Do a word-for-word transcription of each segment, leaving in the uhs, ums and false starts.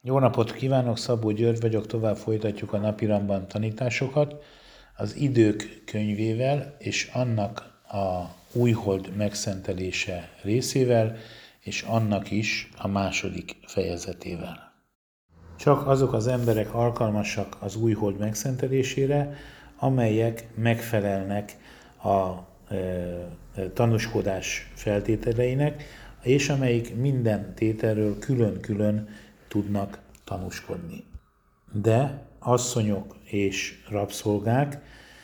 Jó napot kívánok, Szabó György vagyok, tovább folytatjuk a napiramban tanításokat az Idők könyvével és annak a újhold megszentelése részével, és annak is a második fejezetével. Csak azok az emberek alkalmasak az újhold megszentelésére, amelyek megfelelnek a e, tanúskodás feltételeinek, és amelyik minden tételről külön-külön tudnak tanúskodni. De asszonyok és rabszolgák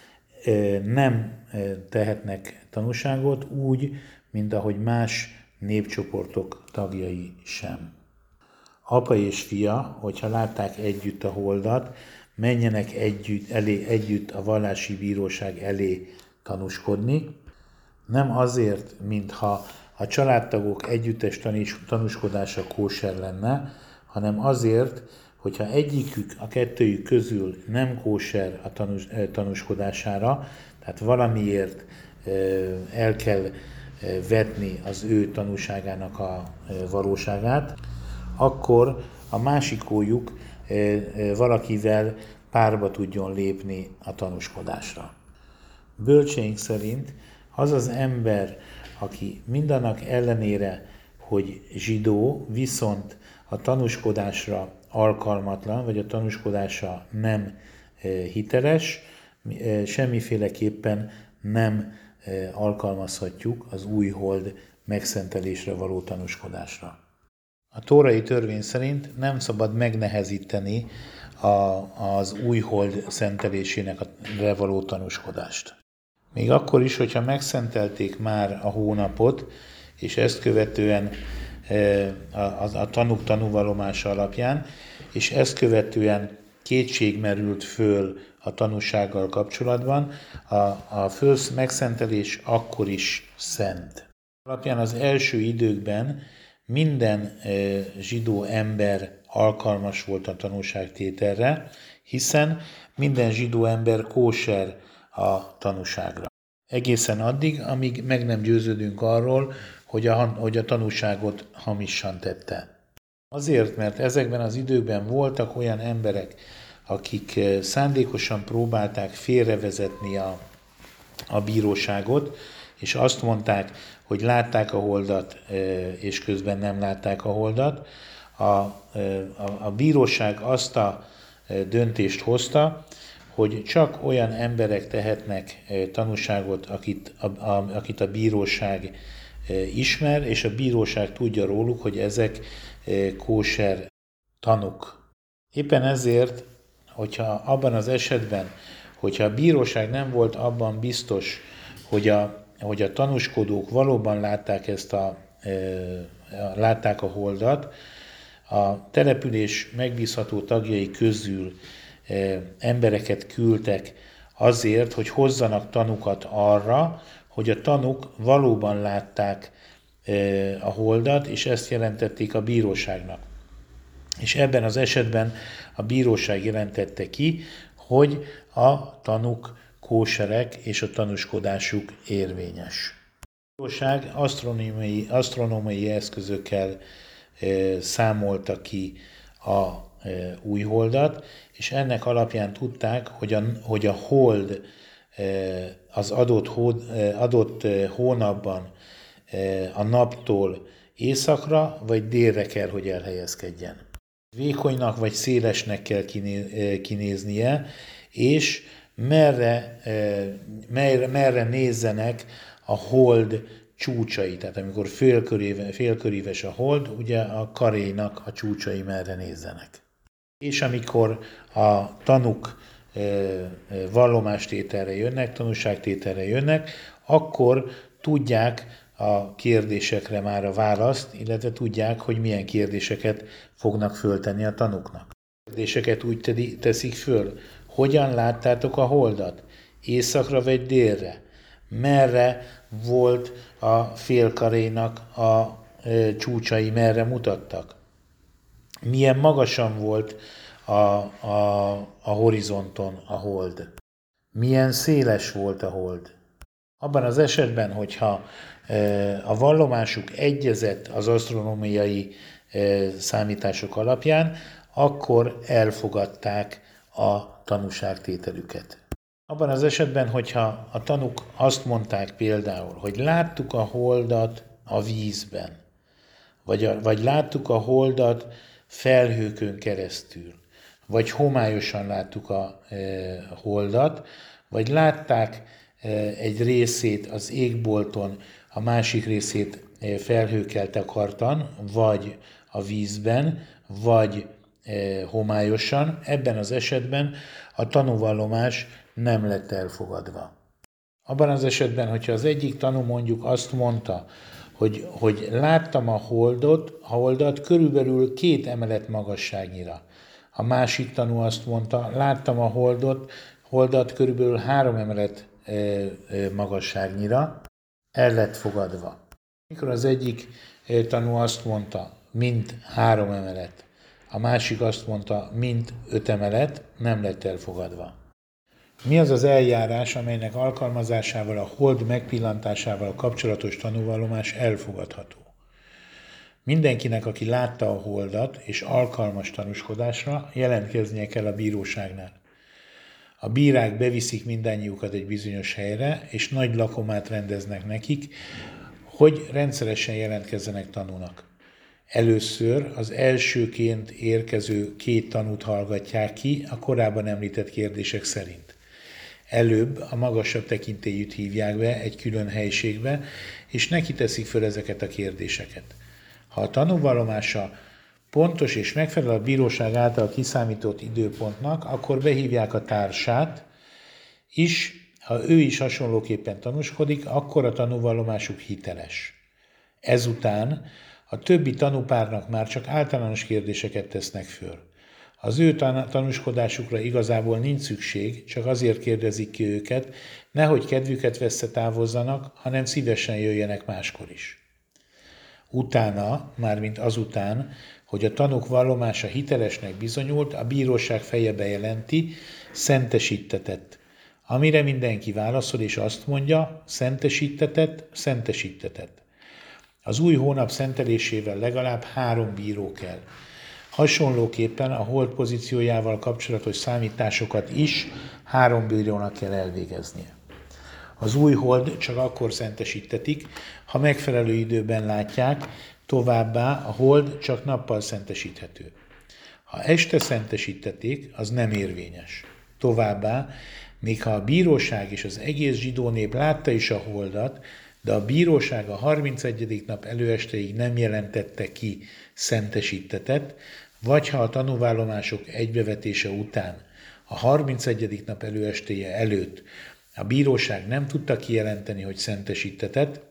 nem tehetnek tanúságot úgy, mint ahogy más népcsoportok tagjai sem. Apa és fia, hogyha látták együtt a holdat, menjenek együtt, elé, együtt a vallási bíróság elé tanúskodni, nem azért, mintha a családtagok együttes tanúskodása kóser lenne, hanem azért, hogyha egyikük, a kettőjük közül nem kóser a tanús, tanúskodására, tehát valamiért el kell vetni az ő tanúságának a valóságát, akkor a másikójuk valakivel párba tudjon lépni a tanúskodásra. Bölcseink szerint az az ember, aki mindannak ellenére, hogy zsidó, viszont a tanúskodásra alkalmatlan, vagy a tanúskodása nem hiteles, semmiféleképpen nem alkalmazhatjuk az új hold megszentelésre való tanúskodásra. A tórai törvény szerint nem szabad megnehezíteni a, az új hold szentelésének a való tanúskodást. Még akkor is, hogyha megszentelték már a hónapot, és ezt követően a, a, a tanúk tanúvallomása alapján, és ezt követően kétség merült föl a tanúsággal kapcsolatban, a, a fölsz megszentelés akkor is szent. Alapján az első időkben minden e, zsidó ember alkalmas volt a tanúságtételre, hiszen minden zsidó ember kóser a tanúságra. Egészen addig, amíg meg nem győződünk arról, hogy a, hogy a tanúságot hamisan tette. Azért, mert ezekben az időkben voltak olyan emberek, akik szándékosan próbálták félrevezetni a, a bíróságot, és azt mondták, hogy látták a holdat, és közben nem látták a holdat. A, a, a bíróság azt a döntést hozta, hogy csak olyan emberek tehetnek tanúságot, akit a, a, akit a bíróság ismer, és a bíróság tudja róluk, hogy ezek kóser tanúk. Éppen ezért, hogyha abban az esetben, hogyha a bíróság nem volt abban biztos, hogy a, hogy a tanúskodók valóban látták ezt a, e, látták a holdat, a település megbízható tagjai közül e, embereket küldtek azért, hogy hozzanak tanukat arra, hogy a tanúk valóban látták e, a holdat, és ezt jelentették a bíróságnak. És ebben az esetben a bíróság jelentette ki, hogy a tanúk kóserek és a tanúskodásuk érvényes. A bíróság asztronómiai, asztronómiai eszközökkel e, számolta ki a e, új holdat, és ennek alapján tudták, hogy a, hogy a hold e, az adott, hód, e, adott e, hónapban e, a naptól északra vagy délre kell, hogy elhelyezkedjen. Vékonynak vagy szélesnek kell kinéznie, és merre, merre, merre nézzenek a hold csúcsai. Tehát amikor félköríves, félköríves a hold, ugye a karénak a csúcsai merre nézzenek. És amikor a tanúk vallomástételre jönnek, tanúságtételre jönnek, akkor tudják a kérdésekre már a választ, illetve tudják, hogy milyen kérdéseket fognak föltenni a tanúknak. A kérdéseket úgy teszik föl, hogyan láttátok a holdat? Északra vagy délre? Merre volt a félkarénak a e, csúcsai, merre mutattak? Milyen magasan volt a, a, a horizonton a hold? Milyen széles volt a hold? Abban az esetben, hogyha a vallomásuk egyezett az asztronómiai számítások alapján, akkor elfogadták a tanúságtételüket. Abban az esetben, hogyha a tanúk azt mondták például, hogy láttuk a holdat a vízben, vagy, a, vagy láttuk a holdat felhőkön keresztül, vagy homályosan láttuk a e, holdat, vagy látták e, egy részét az égbolton, a másik részét e, felhőkkel takartan, vagy a vízben, vagy e, homályosan, ebben az esetben a tanúvallomás nem lett elfogadva. Abban az esetben, hogyha az egyik tanú mondjuk azt mondta, hogy, hogy láttam a holdot, a holdat körülbelül két emelet magasságnyira. A másik tanú azt mondta, láttam a holdot, holdat körülbelül három emelet e, e, magasságnyira, el lett fogadva. Mikor az egyik e, tanú azt mondta, mint három emelet, a másik azt mondta, mint öt emelet, nem lett elfogadva. Mi az az eljárás, amelynek alkalmazásával a hold megpillantásával kapcsolatos tanúvallomás elfogadható? Mindenkinek, aki látta a holdat és alkalmas tanúskodásra, jelentkeznie kell a bíróságnál. A bírák beviszik mindannyiukat egy bizonyos helyre, és nagy lakomát rendeznek nekik, hogy rendszeresen jelentkezzenek tanúnak. Először az elsőként érkező két tanút hallgatják ki a korábban említett kérdések szerint. Előbb a magasabb tekintélyűt hívják be egy külön helyiségbe, és neki teszik föl ezeket a kérdéseket. Ha a tanúvallomása pontos és megfelel a bíróság által kiszámított időpontnak, akkor behívják a társát is, ha ő is hasonlóképpen tanúskodik, akkor a tanúvallomásuk hiteles. Ezután a többi tanúpárnak már csak általános kérdéseket tesznek föl. Az ő tanúskodásukra igazából nincs szükség, csak azért kérdezik ki őket, nehogy kedvüket visszatávozzanak, hanem szívesen jöjjenek máskor is. Utána, mármint azután, hogy a tanúk vallomása hitelesnek bizonyult, a bíróság feje bejelenti, szentesítetett. Amire mindenki válaszol és azt mondja, szentesítetett, szentesítetett. Az új hónap szentelésével legalább három bíró kell. Hasonlóképpen a hold pozíciójával kapcsolatos számításokat is három bírónak kell elvégeznie. Az új hold csak akkor szentesítetik, ha megfelelő időben látják, továbbá a hold csak nappal szentesíthető. Ha este szentesítették, az nem érvényes. Továbbá, még ha a bíróság és az egész zsidó nép látta is a holdat, de a bíróság a harmincegyedik nap előesteig nem jelentette ki szentesítetett, vagy ha a tanúvállomások egybevetése után, a harmincegyedik nap előestéje előtt a bíróság nem tudta kijelenteni, hogy szentesítetett,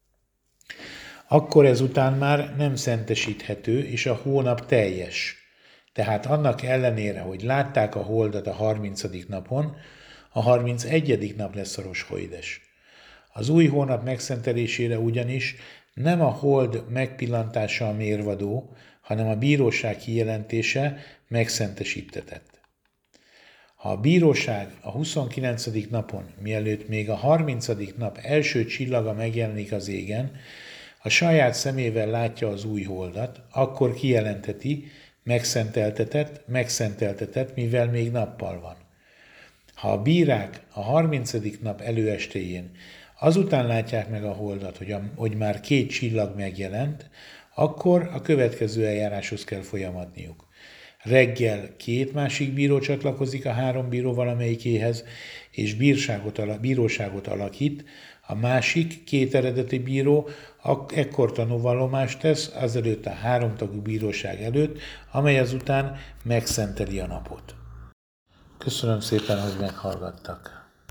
akkor ezután már nem szentesíthető, és a hónap teljes. Tehát annak ellenére, hogy látták a holdat a harmincadik napon, a harmincegyedik nap lesz a roshojdes. Az új hónap megszentelésére ugyanis nem a hold megpillantása a mérvadó, hanem a bíróság kijelentése megszentesítetett. Ha a bíróság a huszonkilencedik napon, mielőtt még a harmincadik nap első csillaga megjelenik az égen, a saját szemével látja az új holdat, akkor kijelenteti, megszenteltetett, megszenteltetett, mivel még nappal van. Ha a bírák a harmincadik nap előestéjén azután látják meg a holdat, hogy, a, hogy már két csillag megjelent, akkor a következő eljáráshoz kell folyamatniuk. Reggel két másik bíró csatlakozik a három bíró valamelyikéhez, és bírságot, bíróságot alakít, a másik két eredeti bíró ekkor tanúvallomást tesz azelőtt a háromtagú bíróság előtt, amely azután megszenteli a napot. Köszönöm szépen, hogy meghallgattak.